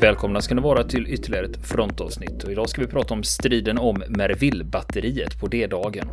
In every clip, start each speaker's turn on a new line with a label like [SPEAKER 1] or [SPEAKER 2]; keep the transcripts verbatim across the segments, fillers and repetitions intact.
[SPEAKER 1] Välkomna ska ni vara till ytterligare ett frontavsnitt och idag ska vi prata om striden om Merville-batteriet på D-dagen.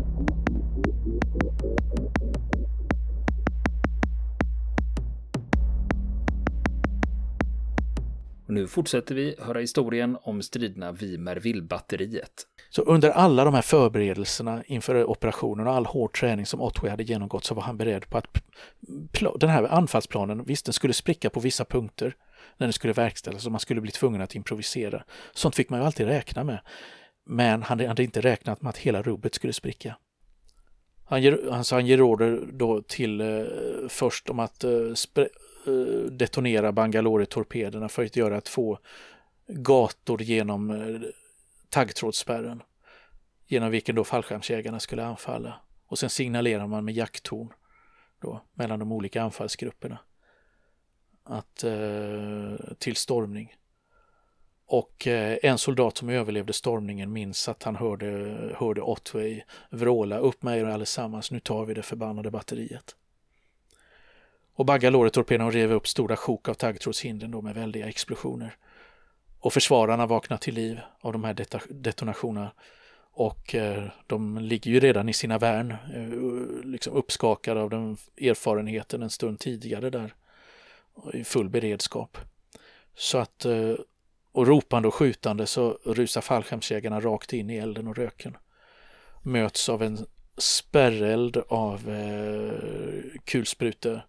[SPEAKER 1] Och nu fortsätter vi höra historien om striderna vid Merville-batteriet.
[SPEAKER 2] Så under alla de här förberedelserna inför operationen och all hård träning som Otway hade genomgått så var han beredd på att pl- den här anfallsplanen, visst den skulle spricka på vissa punkter när den skulle verkställas och man skulle bli tvungen att improvisera. Sånt fick man ju alltid räkna med. Men han hade inte räknat med att hela rubbet skulle spricka. Han ger, alltså han ger order då till eh, först om att eh, spre- eh, detonera Bangalore-torpederna för att göra två gator genom eh, taggtrådsspärren genom vilken då fallskärmsjägarna skulle anfalla. Och sen signalerar man med jakttorn då mellan de olika anfallsgrupperna att, eh, till stormning. Och eh, en soldat som överlevde stormningen minns att han hörde, hörde Otway vråla upp med er allesammans, nu tar vi det förbannade batteriet. Och Bangalore-torpederna rev upp stora sjok av taggtrådshinden då med väldiga explosioner. Och försvararna vaknar till liv av de här det- detonationerna. Och eh, de ligger ju redan i sina värn, eh, liksom uppskakade av den erfarenheten en stund tidigare där. I full beredskap. Så att, eh, och ropande och skjutande så rusar fallskärmsjägarna rakt in i elden och röken. Möts av en spärreld av eh, kulsprutor.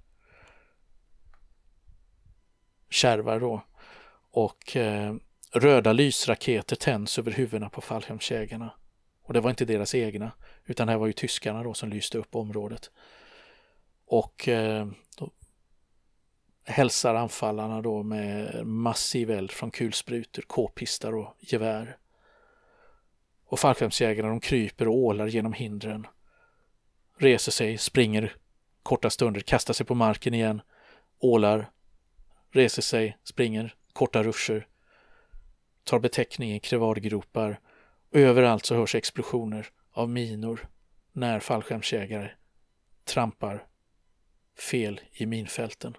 [SPEAKER 2] Kärvar då. Och eh, röda lysraketer tänds över huvudena på fallskärmsjägarna. Och det var inte deras egna, utan det var ju tyskarna då som lyste upp området. Och eh, då hälsar anfallarna då med massiv eld från kulsprutor, k-pistar och gevär. Och fallskärmsjägarna de kryper och ålar genom hindren. Reser sig, springer korta stunder, kastar sig på marken igen, ålar, reser sig, springer, korta ruscher, tar betäckning i krevardgropar. Överallt så hörs explosioner av minor när fallskärmsjägare trampar fel i minfälten.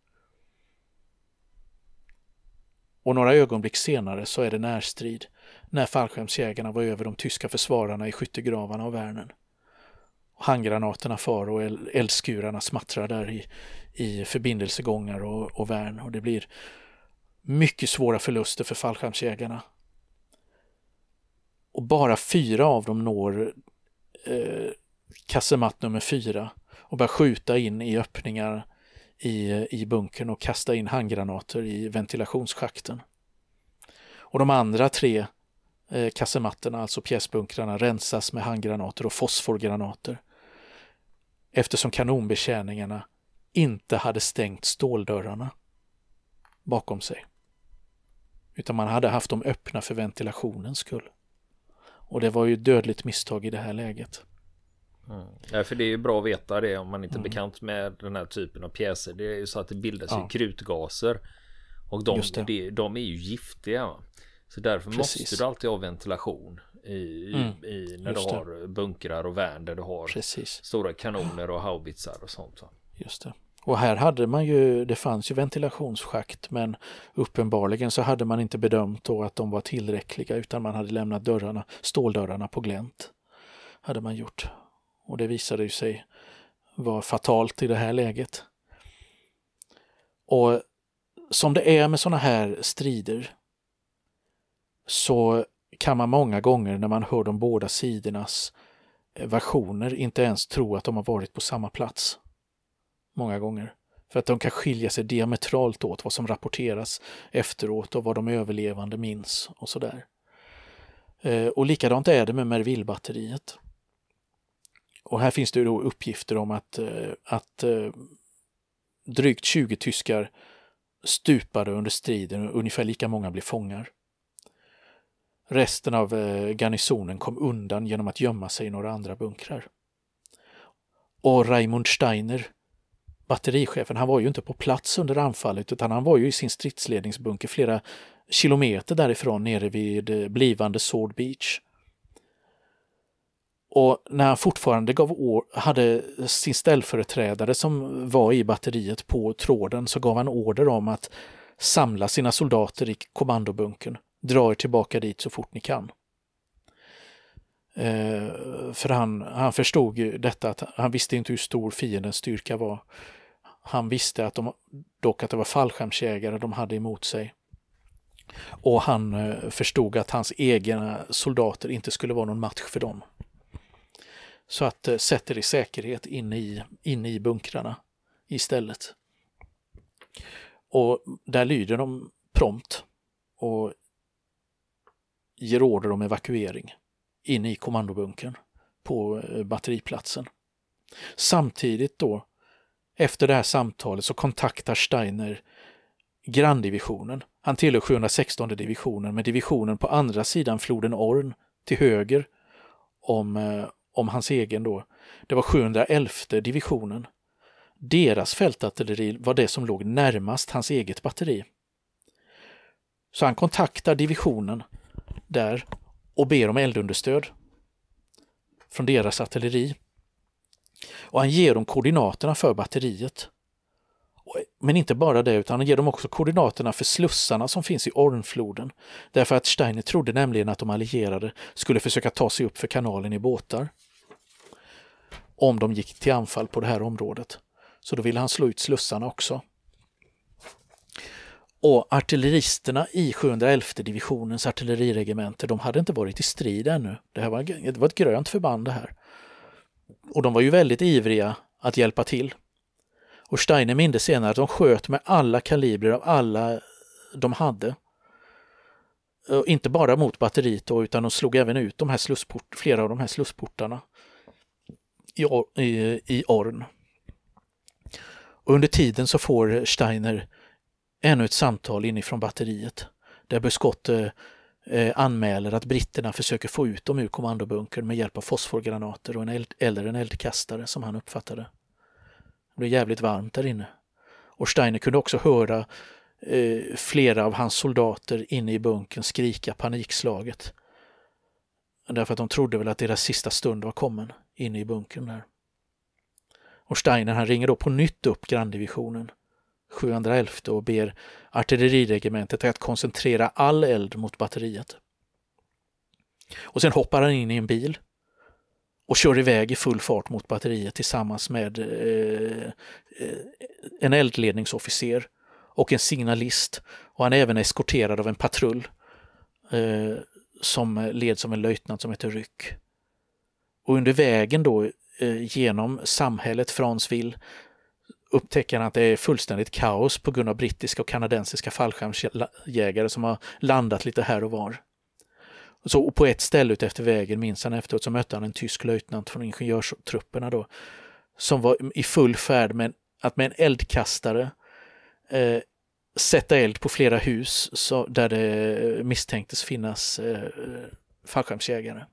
[SPEAKER 2] Och några ögonblick senare så är det närstrid när fallskärmsjägarna var över de tyska försvararna i skyttegravarna och värnen. Och handgranaterna far och eldskurarna smattrar där i, i förbindelsegångar och, och värn. Och det blir mycket svåra förluster för fallskärmsjägarna. Och bara fyra av dem når eh, kasematt nummer fyra och börjar skjuta in i öppningar i, i bunkern och kasta in handgranater i ventilationsschakten. Och de andra tre eh, kasematterna, alltså pjäsbunkrarna, rensas med handgranater och fosforgranater eftersom kanonbetjäningarna inte hade stängt ståldörrarna bakom sig. Utan man hade haft dem öppna för ventilationens skull. Och det var ju dödligt misstag i det här läget.
[SPEAKER 1] Mm. Ja, för det är ju bra att veta det om man inte är mm. bekant med den här typen av pjäser. Det är ju så att det bildas ja. krutgaser och de, de, de är ju giftiga. Så därför Precis. måste du alltid ha ventilation i, mm. i, när Just du har det. bunkrar och värn där du har Precis. stora kanoner och haubitsar och sånt. Va?
[SPEAKER 2] Just det. Och här hade man ju, det fanns ju ventilationsschakt, men uppenbarligen så hade man inte bedömt då att de var tillräckliga, utan man hade lämnat dörrarna, ståldörrarna på glänt. Hade man gjort. Och det visade ju sig vara fatalt i det här läget. Och som det är med sådana här strider så kan man många gånger när man hör de båda sidornas versioner inte ens tro att de har varit på samma plats. Många gånger. För att de kan skilja sig diametralt åt vad som rapporteras efteråt och vad de överlevande minns och sådär. Eh, och likadant är det med Merville-batteriet. Och här finns det då uppgifter om att, eh, att eh, drygt tjugo tyskar stupade under striden och ungefär lika många blev fångar. Resten av eh, garnisonen kom undan genom att gömma sig i några andra bunkrar. Och Raimund Steiner, batterichefen, han var ju inte på plats under anfallet utan han var ju i sin stridsledningsbunker flera kilometer därifrån nere vid blivande Sword Beach. Och när han fortfarande gav or- hade sin ställföreträdare som var i batteriet på tråden så gav han order om att samla sina soldater i kommandobunkern, dra er tillbaka dit så fort ni kan. Eh, för han, han förstod ju detta, att han visste inte hur stor fiendens styrka var. Han visste att de, dock att det var fallskärmsjägare de hade emot sig. Och han eh, förstod att hans egna soldater inte skulle vara någon match för dem. Så att eh, sätter i säkerhet inne i, inne i bunkrarna istället. Och där lyder de prompt och ger order om evakuering inne i kommandobunkern på batteriplatsen. Samtidigt då, efter det här samtalet, så kontaktar Steiner granndivisionen. Han tillhör sjuhundrasextonde divisionen, med divisionen på andra sidan floden Orn till höger om, om hans egen då. Det var sjuhundraelfte divisionen. Deras fältartilleri var det som låg närmast hans eget batteri. Så han kontaktar divisionen där och ber om eldunderstöd från deras artilleri. Och han ger dem koordinaterna för batteriet. Men inte bara det, utan han ger dem också koordinaterna för slussarna som finns i Ornfloden. Därför att Steiner trodde nämligen att de allierade skulle försöka ta sig upp för kanalen i båtar om de gick till anfall på det här området. Så då ville han slå ut slussarna också. Och artilleristerna i sjuhundraelfte divisionens artilleriregementer, de hade inte varit i strid ännu. Det här var, det var ett grönt förband det här. Och de var ju väldigt ivriga att hjälpa till. Och Steiner minns senare att de sköt med alla kalibrer av alla de hade. Och inte bara mot batteriet då, utan de slog även ut de här slussport, flera av de här slussportarna i, i, i Orn. Och under tiden så får Steiner ännu ett samtal inifrån batteriet där Buskott eh, anmäler att britterna försöker få ut dem ur kommandobunkern med hjälp av fosforgranater och en eld, eller en eldkastare som han uppfattade. Det blev jävligt varmt där inne. Och Steiner kunde också höra eh, flera av hans soldater inne i bunkern skrika panikslaget. Därför att de trodde väl att deras sista stund var kommen inne i bunkern där. Och Steiner han ringer då på nytt upp granndivisionen sjuhundraelfte och ber artilleriregementet att koncentrera all eld mot batteriet. Och sen hoppar han in i en bil och kör iväg i full fart mot batteriet tillsammans med eh, en eldledningsofficer och en signalist. Och han är även eskorterad av en patrull eh, som leds av en löjtnant som heter Ryck. Och under vägen då eh, genom samhället Fransville upptäcker han att det är fullständigt kaos på grund av brittiska och kanadensiska fallskärmsjägare som har landat lite här och var. Så och på ett ställe ut efter vägen, minns han efteråt, så mötte han en tysk löjtnant från ingenjörstrupperna då, som var i full färd med att med en eldkastare eh, sätta eld på flera hus så, där det misstänktes finnas eh, fallskärmsjägare.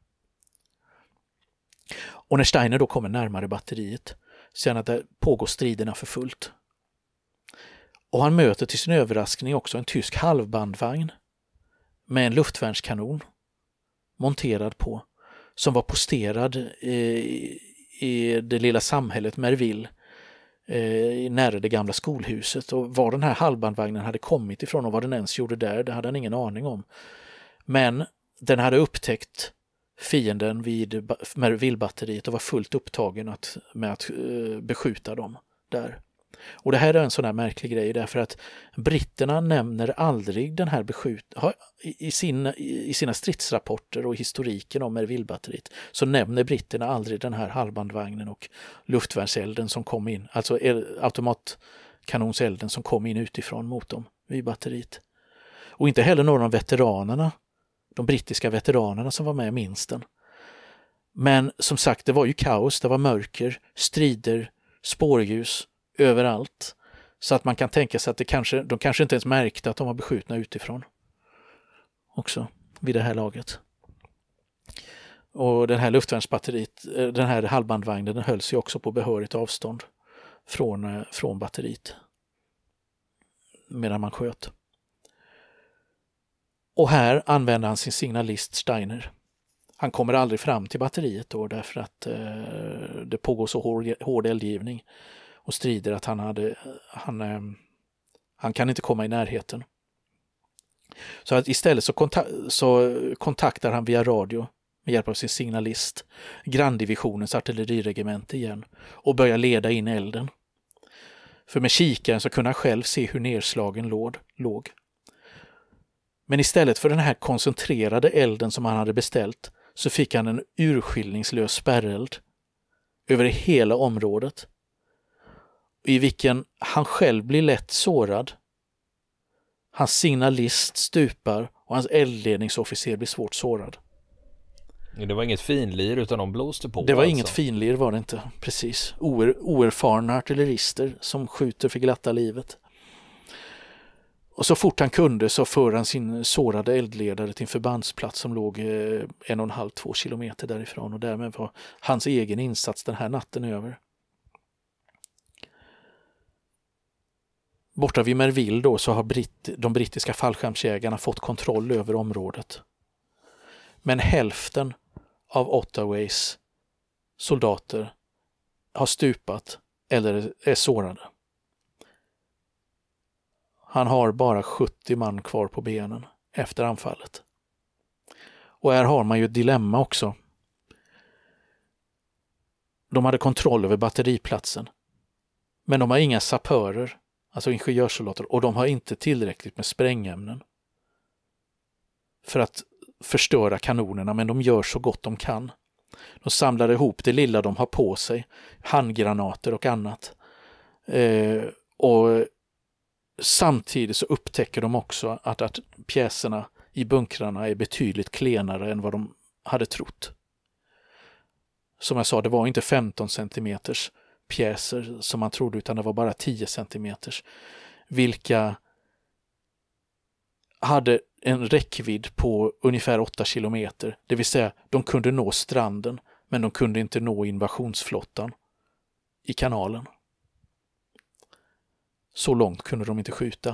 [SPEAKER 2] Och när Steiner då kommer närmare batteriet ser han att det pågår striderna för fullt. Och han möter till sin överraskning också en tysk halvbandvagn med en luftvärnskanon monterad på, som var posterad i, i det lilla samhället Merville eh, nära det gamla skolhuset. Och var den här halvbandvagnen hade kommit ifrån och vad den ens gjorde där, det hade han ingen aning om. Men den hade upptäckt fienden vid Merville-batteriet och var fullt upptagen att, med att uh, beskjuta dem där. Och det här är en sån här märklig grej därför att britterna nämner aldrig den här beskjut i, i, sin, i sina stridsrapporter och historiken om Merville-batteriet så nämner britterna aldrig den här halvbandvagnen och luftvärnselden som kom in, alltså automatkanonselden som kom in utifrån mot dem vid batteriet. Och inte heller några av veteranerna, de brittiska veteranerna som var med minns den. Men som sagt, det var ju kaos, det var mörker, strider, spårljus överallt. Så att man kan tänka sig att det kanske, de kanske inte ens märkte att de var beskjutna utifrån. Också vid det här laget. Och den här luftvärnsbatteriet, den här halvbandvagnen, den höll sig också på behörigt avstånd från, från batteriet. Medan man sköt. Och här använder han sin signalist Steiner. Han kommer aldrig fram till batteriet då därför att eh, det pågår så hård, hård eldgivning och strider att han hade han, eh, Han kan inte komma i närheten. Så att istället så, kontak- så kontaktar han via radio med hjälp av sin signalist granndivisionens artilleriregemente igen och börjar leda in elden. För med kikaren så kunde han själv se hur nedslagen låg. Men istället för den här koncentrerade elden som han hade beställt så fick han en urskillningslös spärreld över hela området, i vilken han själv blir lätt sårad. Hans signalist stupar och hans eldledningsofficer blir svårt sårad.
[SPEAKER 1] Det var inget finlir utan de blåste på.
[SPEAKER 2] Det var
[SPEAKER 1] alltså.
[SPEAKER 2] inget finlir var det inte, precis. Oer, oerfarna artillerister som skjuter för glatta livet. Och så fort han kunde så för han sin sårade eldledare till en förbandsplats som låg en och en halv, två kilometer därifrån, och därmed var hans egen insats den här natten över. Borta vid Merville då så har britt, de brittiska fallskärmsjägarna fått kontroll över området. Men hälften av Ottaways soldater har stupat eller är sårade. Han har bara sjuttio man kvar på benen efter anfallet. Och här har man ju ett dilemma också. De hade kontroll över batteriplatsen. Men de har inga sapörer, alltså ingenjörssoldater, och de har inte tillräckligt med sprängämnen för att förstöra kanonerna, men de gör så gott de kan. De samlar ihop det lilla de har på sig, handgranater och annat. Eh, och samtidigt så upptäcker de också att, att pjäserna i bunkrarna är betydligt klenare än vad de hade trott. Som jag sa, det var inte femton centimeters pjäser som man trodde, utan det var bara tio centimeters, vilka hade en räckvidd på ungefär åtta kilometer. Det vill säga, de kunde nå stranden, men de kunde inte nå invasionsflottan i kanalen. Så långt kunde de inte skjuta.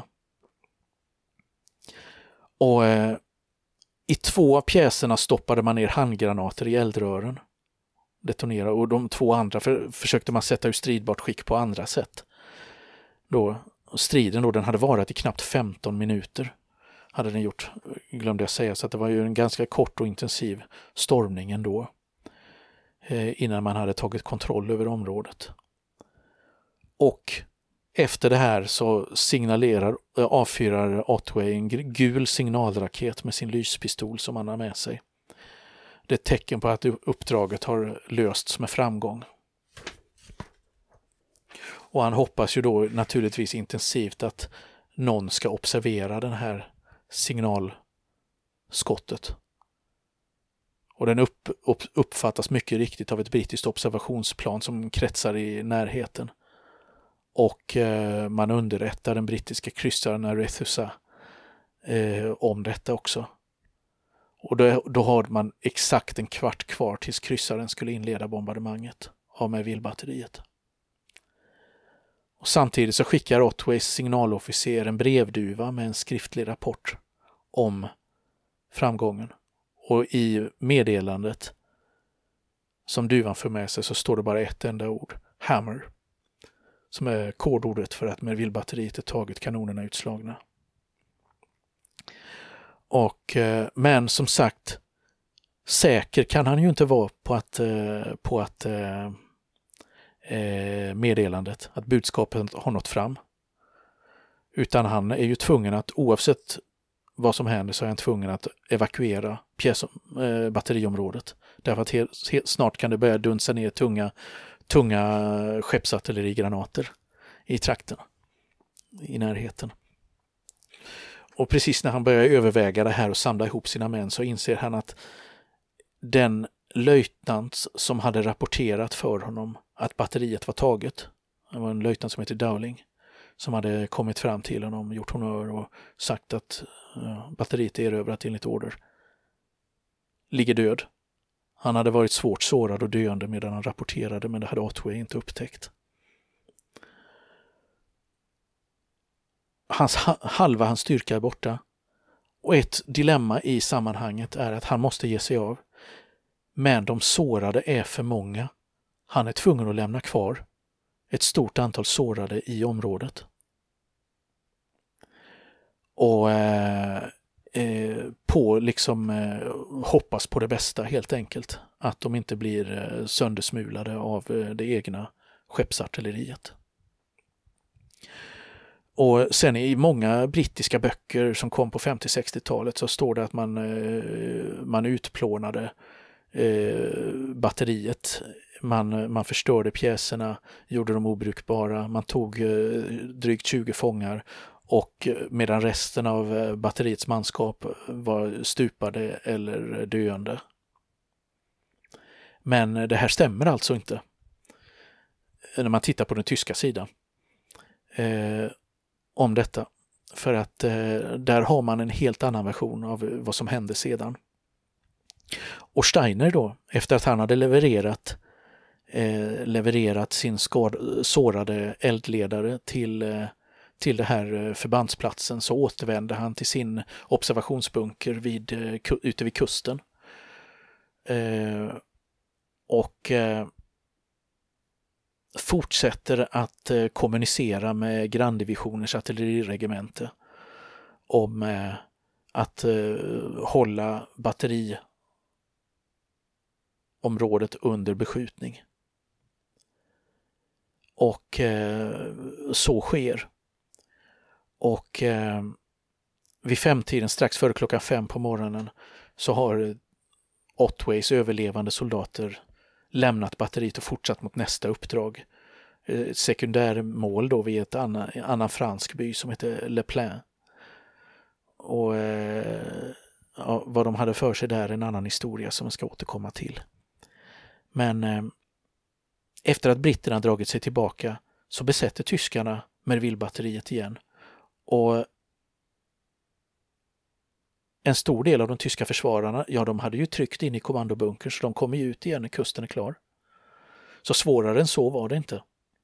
[SPEAKER 2] Och eh, i två av pjäserna stoppade man ner handgranater i eldrören. Detonera, och de två andra för, försökte man sätta ur stridbart skick på andra sätt. Då, striden då, den hade varit i knappt femton minuter. Hade den gjort, glömde jag säga, så att det var ju en ganska kort och intensiv stormning ändå. Eh, innan man hade tagit kontroll över området. Och efter det här så signalerar, avfyrar Otway en gul signalraket med sin lyspistol som han har med sig. Det är ett tecken på att uppdraget har lösts med framgång. Och han hoppas ju då naturligtvis intensivt att någon ska observera den här signalskottet. Och den upp, upp, uppfattas mycket riktigt av ett brittiskt observationsplan som kretsar i närheten. Och eh, man underrättar den brittiska kryssaren Arethusa eh, om detta också. Och då, då har man exakt en kvart kvar tills kryssaren skulle inleda bombardemanget av Merville-batteriet. Och samtidigt så skickar Otways signalofficer en brevduva med en skriftlig rapport om framgången. Och i meddelandet som duvan för med sig så står det bara ett enda ord, hammer, som är kodordet för att Merville-batteriet är taget, kanonerna utslagna. Och, men som sagt, säker kan han ju inte vara på att, på att meddelandet, att budskapet har nått fram. Utan han är ju tvungen att, oavsett vad som händer, så är han tvungen att evakuera pjäs, äh, batteriområdet. Därför att helt, helt snart kan det börja dunsa ner tunga, tunga skeppsartillerigranater i trakten, i närheten. Och precis när han börjar överväga det här och samla ihop sina män så inser han att den löjtnant som hade rapporterat för honom att batteriet var taget, det var en löjtnant som heter Dowling, som hade kommit fram till honom, gjort honör och sagt att uh, batteriet är erövrat enligt order, ligger död. Han hade varit svårt sårad och döende medan han rapporterade, men det hade Otway inte upptäckt. Hans, halva hans styrka är borta. Och ett dilemma i sammanhanget är att han måste ge sig av. Men de sårade är för många. Han är tvungen att lämna kvar ett stort antal sårade i området. och eh, eh, på liksom eh, hoppas på det bästa helt enkelt. Att de inte blir eh, söndersmulade av eh, det egna skeppsartilleriet. Och sen i många brittiska böcker som kom på femtio-sextiotalet så står det att man, eh, man utplånade eh, batteriet. Man, man förstörde pjäserna, gjorde dem obrukbara. Man tog eh, drygt tjugo fångar och medan resten av eh, batteriets manskap var stupade eller döende. Men det här stämmer alltså inte när man tittar på den tyska sidan eh, om detta. För att eh, där har man en helt annan version av vad som hände sedan. Och Steiner då, efter att han hade levererat eh, levererat sin skad, sårade eldledare till, eh, till det här förbandsplatsen, så återvände han till sin observationsbunker vid, eh, ute vid kusten. Eh, och eh, fortsätter att eh, kommunicera med granndivisioners artilleriregemente om eh, att eh, hålla batteriområdet under beskjutning. Och eh, så sker. Och eh, vid femtiden, strax före klockan fem på morgonen, så har Otways överlevande soldater lämnat batteriet och fortsatt mot nästa uppdrag. Eh, sekundärmål då vid ett annan, annan fransk by som heter Le Plain. Och eh, ja, vad de hade för sig där är en annan historia som jag ska återkomma till. Men eh, efter att britterna dragit sig tillbaka så besätter tyskarna Merville-batteriet igen. Och en stor del av de tyska försvararna, ja, de hade ju tryckt in i kommandobunkern, så de kommer ju ut igen när kusten är klar. Så svårare än så var det inte.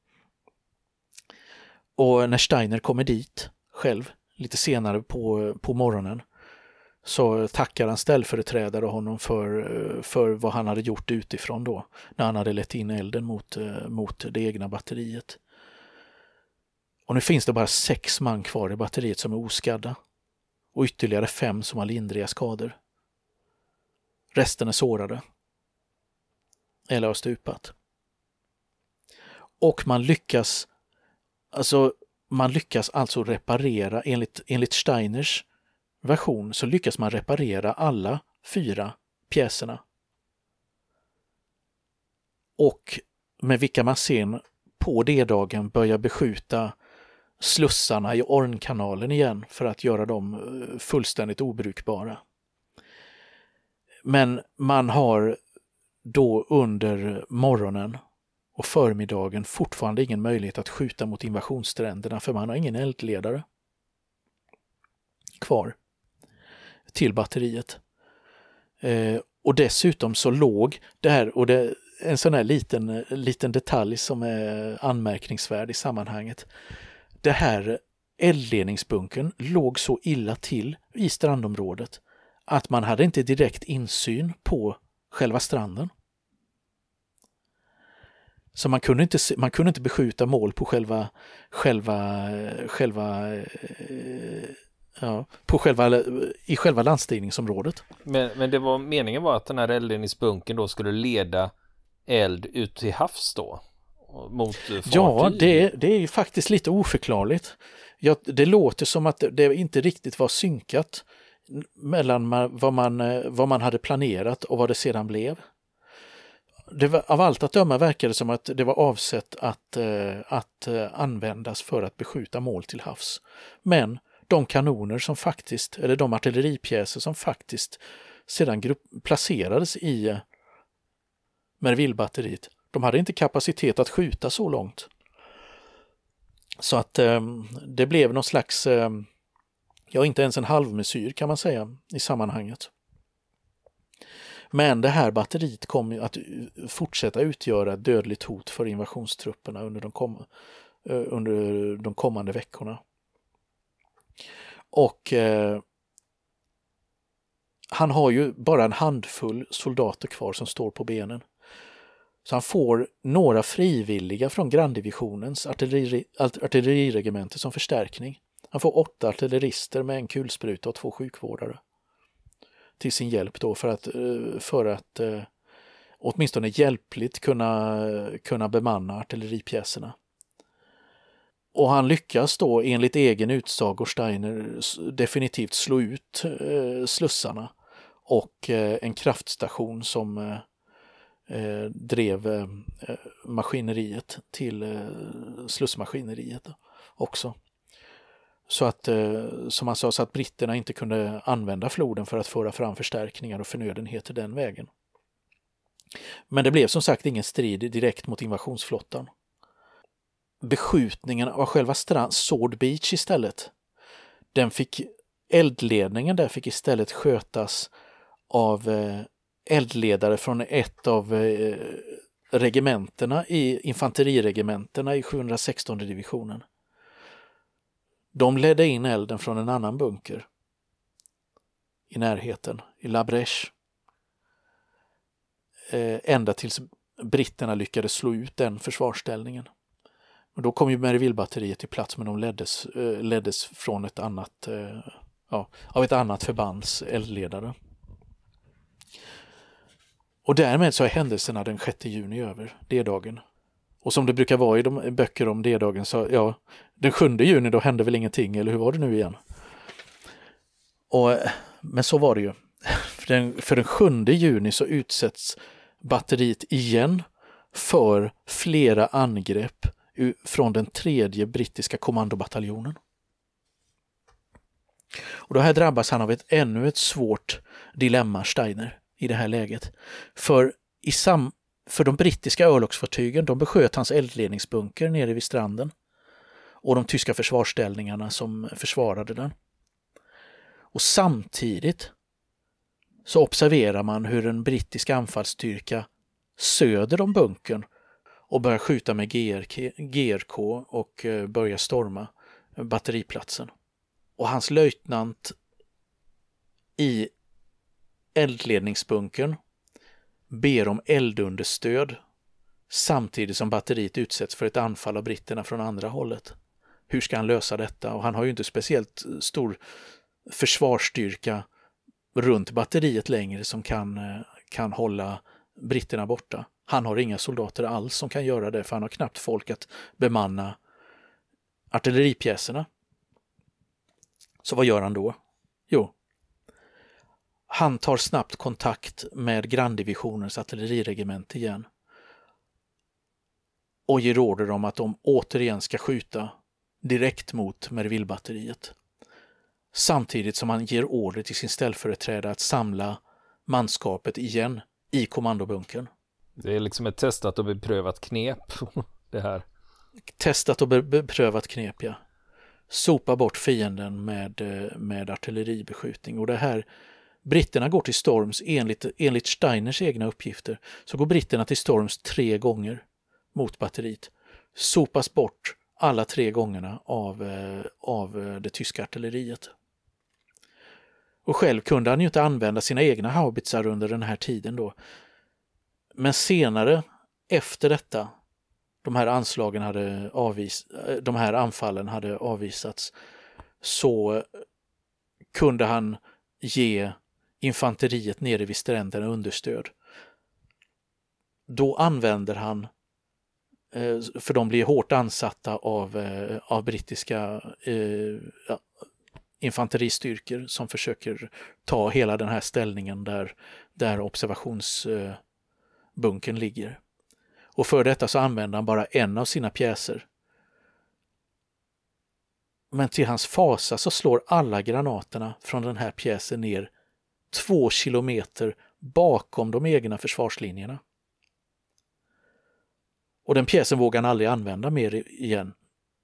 [SPEAKER 2] Och när Steiner kommer dit själv lite senare på, på morgonen, så tackar han ställföreträdare honom för, för vad han hade gjort utifrån då, när han hade lett in elden mot, mot det egna batteriet. Och nu finns det bara sex man kvar i batteriet som är oskadda. Och ytterligare fem som har lindriga skador. Resten är sårade. Eller har stupat. Och man lyckas alltså man lyckas alltså reparera, enligt, enligt Steiners version så lyckas man reparera alla fyra pjäserna. Och med vilka man sen på D-dagen börjar beskjuta slussarna i Ornkanalen igen för att göra dem fullständigt obrukbara. Men man har då under morgonen och förmiddagen fortfarande ingen möjlighet att skjuta mot invasionsstränderna, för man har ingen eldledare kvar till batteriet. Eh, och dessutom så låg det här, och det är en sån här liten, liten detalj som är anmärkningsvärd i sammanhanget. Det här eldledningsbunkern låg så illa till i strandområdet att man hade inte direkt insyn på själva stranden. Så man kunde inte, man kunde inte beskjuta mål på själva, själva, själva, ja, på själva, i själva landstigningsområdet.
[SPEAKER 1] Men, men det var, meningen var att den här eldledningsbunkern då skulle leda eld ut till havs då? Mot fartyg.
[SPEAKER 2] Ja, det, det är ju faktiskt lite oförklarligt. Ja, det låter som att det inte riktigt var synkat mellan vad man, vad man hade planerat och vad det sedan blev. Det var, av allt att döma verkar det som att det var avsett att, att användas för att beskjuta mål till havs. Men de kanoner som faktiskt, eller de artilleripjäser som faktiskt sedan grupp, placerades i Merville-batteriet, de hade inte kapacitet att skjuta så långt. Så att eh, det blev någon slags, eh, ja, inte ens en halvmesyr kan man säga i sammanhanget. Men det här batteriet kommer att fortsätta utgöra ett dödligt hot för invasionstrupperna under de, kom, eh, under de kommande veckorna. Och eh, han har ju bara en handfull soldater kvar som står på benen. Så han får några frivilliga från granndivisionens artilleri, artilleriregemente som förstärkning. Han får åtta artillerister med en kulspruta och två sjukvårdare till sin hjälp då för att, för att åtminstone hjälpligt kunna, kunna bemanna artilleripjäserna. Och han lyckas då enligt egen utsago Steiner definitivt slå ut slussarna och en kraftstation som Eh, drev eh, maskineriet till eh, slussmaskineriet också. Så att, eh, som han sa, så att britterna inte kunde använda floden för att föra fram förstärkningar och förnödenheter den vägen. Men det blev som sagt ingen strid direkt mot invasionsflottan. Beskjutningen av själva strand, Sword Beach istället, den fick, eldledningen där fick istället skötas av eh, eldledare från ett av eh, regementerna i infanteriregementerna i sjuhundrasextonde divisionen. De ledde in elden från en annan bunker i närheten, i La Brèche. Eh, ända tills britterna lyckades slå ut den försvarsställningen. Och då kom ju Merville-batteriet till plats, men de leddes, eh, leddes från ett annat, eh, ja, av ett annat förbands eldledare. Och därmed så är händelserna den sjätte juni över, D-dagen. Och som det brukar vara i de böcker om D-dagen så, ja, den sjunde juni då hände väl ingenting, eller hur var det nu igen? Och, men så var det ju. För den, för den sjunde juni så utsätts batteriet igen för flera angrepp från den tredje brittiska kommandobataljonen. Och då här drabbas han av ett ännu ett svårt dilemma, Steiner, i det här läget. För, i sam, för de brittiska örlogsfartygen, de besköt hans eldledningsbunker nere vid stranden och de tyska försvarsställningarna som försvarade den. Och samtidigt så observerar man hur en brittisk anfallsstyrka söder om bunkern och börjar skjuta med G R K och börjar storma batteriplatsen. Och hans löjtnant i eldledningsbunkern ber om eldunderstöd samtidigt som batteriet utsätts för ett anfall av britterna från andra hållet. Hur ska han lösa detta? Och han har ju inte speciellt stor försvarsstyrka runt batteriet längre som kan, kan hålla britterna borta. Han har inga soldater alls som kan göra det, för han har knappt folk att bemanna artilleripjäserna. Så vad gör han då? Jo, han tar snabbt kontakt med granndivisionens artilleriregement igen och ger order om att de återigen ska skjuta direkt mot Merville-batteriet. Samtidigt som han ger order till sin ställföreträdare att samla manskapet igen i kommandobunkern.
[SPEAKER 1] Det är liksom ett testat och beprövat knep det här.
[SPEAKER 2] Testat och beprövat knep, ja. Sopa bort fienden med, med artilleribeskjutning. Och det här, britterna går till storms enligt, enligt Steiners egna uppgifter, så går britterna till storms tre gånger mot batteriet. Sopas bort alla tre gångerna av, av det tyska artilleriet. Och själv kunde han ju inte använda sina egna haubitsar under den här tiden då. Men senare, efter detta, de här anslagen hade avvis, de här anfallen hade avvisats, så kunde han ge infanteriet nere vid stränderna understöd. Då använder han, för de blir hårt ansatta av, av brittiska eh, infanteristyrkor som försöker ta hela den här ställningen där, där observationsbunkern ligger. Och för detta så använder han bara en av sina pjäser. Men till hans fasa så slår alla granaterna från den här pjäsen ner två kilometer bakom de egna försvarslinjerna. Och den pjäsen vågar han aldrig använda mer igen.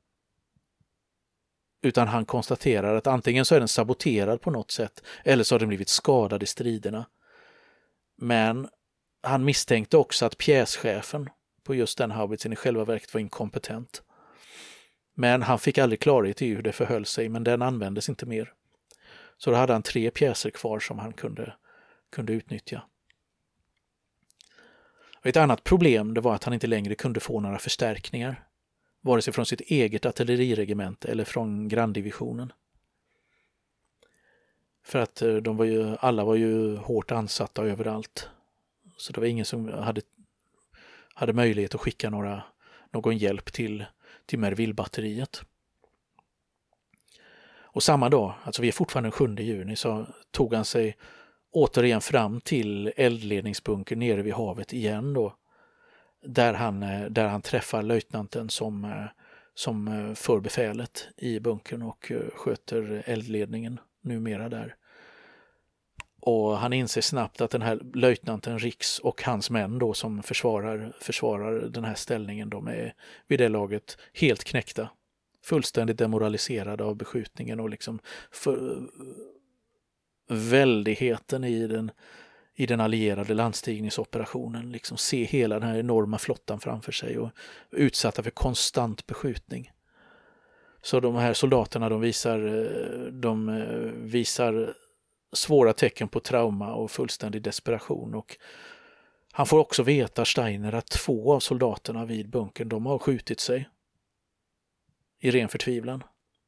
[SPEAKER 2] Utan han konstaterar att antingen så är den saboterad på något sätt eller så har den blivit skadad i striderna. Men han misstänkte också att pjäschefen på just den haubitsen i själva verket var inkompetent. Men han fick aldrig klarhet i hur det förhöll sig, men den användes inte mer. Så då hade han tre pjäser kvar som han kunde, kunde utnyttja. Och ett annat problem det var att han inte längre kunde få några förstärkningar vare sig från sitt eget artilleriregemente eller från granndivisionen. För att de var ju, alla var ju hårt ansatta överallt. Så det var ingen som hade, hade möjlighet att skicka några, någon hjälp till, till Merville-batteriet. Och samma dag, alltså vi är fortfarande den sjunde juni, så tog han sig återigen fram till eldledningsbunkern nere vid havet igen då. Där han, där han träffar löjtnanten som, som för befälet i bunkern och sköter eldledningen numera där. Och han inser snabbt att den här löjtnanten Rix och hans män då som försvarar, försvarar den här ställningen, de är vid det laget helt knäckta. Fullständigt demoraliserade av beskjutningen och liksom för, väldigheten i den, i den allierade landstigningsoperationen. Liksom se hela den här enorma flottan framför sig och utsatta för konstant beskjutning. Så de här soldaterna, de visar, de visar svåra tecken på trauma och fullständig desperation. Och han får också veta, Steiner, att två av soldaterna vid bunkern, de har skjutit sig i ren förtvivlan.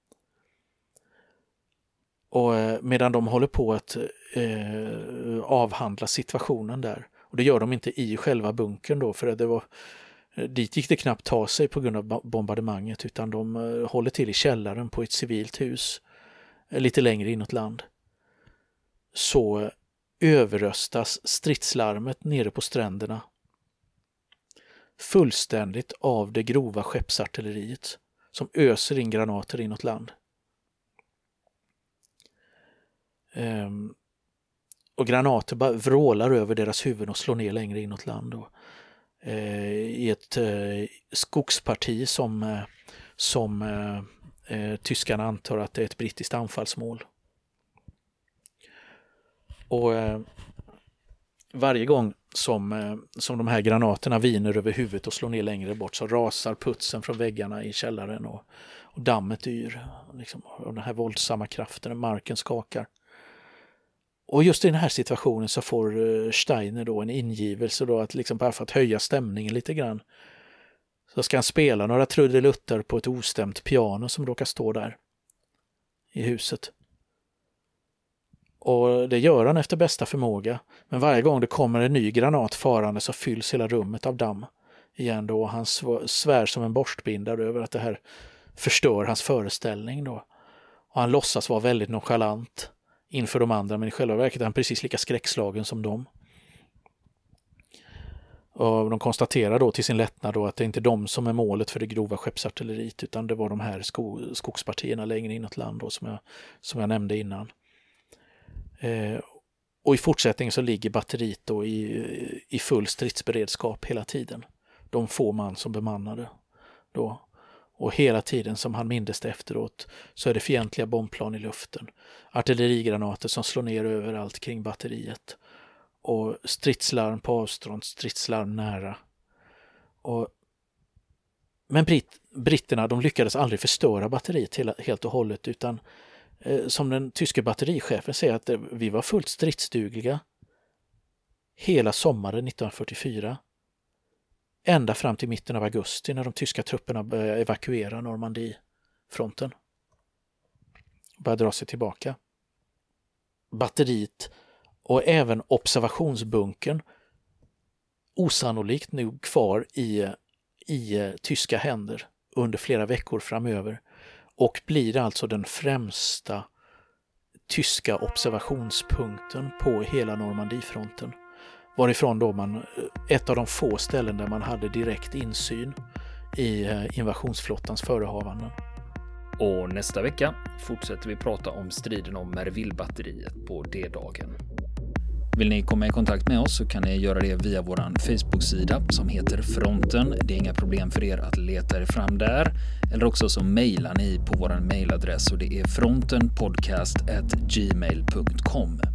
[SPEAKER 2] Och medan de håller på att eh, avhandla situationen där. Och det gör de inte i själva bunkern då, för det var, dit gick det knappt ta sig på grund av bombardemanget, utan de eh, håller till i källaren på ett civilt hus eh, lite längre inåt land. Så överröstas stridslarmet nere på stränderna fullständigt av det grova skeppsartilleriet som öser in granater inåt land. Um, och granater bara vrålar över deras huvuden och slår ner längre inåt land. Och, uh, i ett uh, skogsparti som, uh, som uh, uh, tyskarna antar att det är ett brittiskt anfallsmål. Och uh, varje gång som, uh, som de här granaterna viner över huvudet och slår ner längre bort, så rasar putsen från väggarna i källaren och, och dammet yr. Liksom, och den här våldsamma kraften, marken skakar. Och just i den här situationen så får Steiner då en ingivelse då att liksom bara för att höja stämningen lite grann, så ska han spela några trudelutter på ett ostämt piano som råkar stå där i huset. Och det gör han efter bästa förmåga, men varje gång det kommer en ny granat farande så fylls hela rummet av damm igen då. Han svär som en borstbindare över att det här förstör hans föreställning då. Och han låtsas vara väldigt nonchalant inför de andra, men i själva verket är han precis lika skräckslagen som dem. Och de konstaterar då till sin lättnad då att det inte är de som är målet för det grova skeppsartilleriet, utan det var de här sko- skogspartierna längre inåt land då, som jag, som jag nämnde innan. Eh, och i fortsättningen så ligger batteriet då i, i full stridsberedskap hela tiden. De få man som bemannade då. Och hela tiden som han mindes det efteråt så är det fientliga bombplan i luften. Artillerigranater som slår ner överallt kring batteriet. Och stridslarm på avstånd, stridslarm nära. Och men Britt, britterna, de lyckades aldrig förstöra batteriet hela, helt och hållet, utan eh, som den tyske batterichefen säger att eh, vi var fullt stridsdugliga hela sommaren nittonhundrafyrtiofyra. Ända fram till mitten av augusti när de tyska trupperna började evakuera Normandiefronten. Började dra sig tillbaka. Batteriet och även observationsbunkern osannolikt nog kvar i, i tyska händer under flera veckor framöver, och blir alltså den främsta tyska observationspunkten på hela Normandiefronten. Varifrån då man, ett av de få ställen där man hade direkt insyn i invasionsflottans förehavanden.
[SPEAKER 1] Och nästa vecka fortsätter vi prata om striden om Merville-batteriet på D-dagen. Vill ni komma i kontakt med oss så kan ni göra det via vår Facebook-sida som heter Fronten. Det är inga problem för er att leta er fram där. Eller också så mejlar ni på vår mejladress, och det är frontenpodcast at gmail punkt com.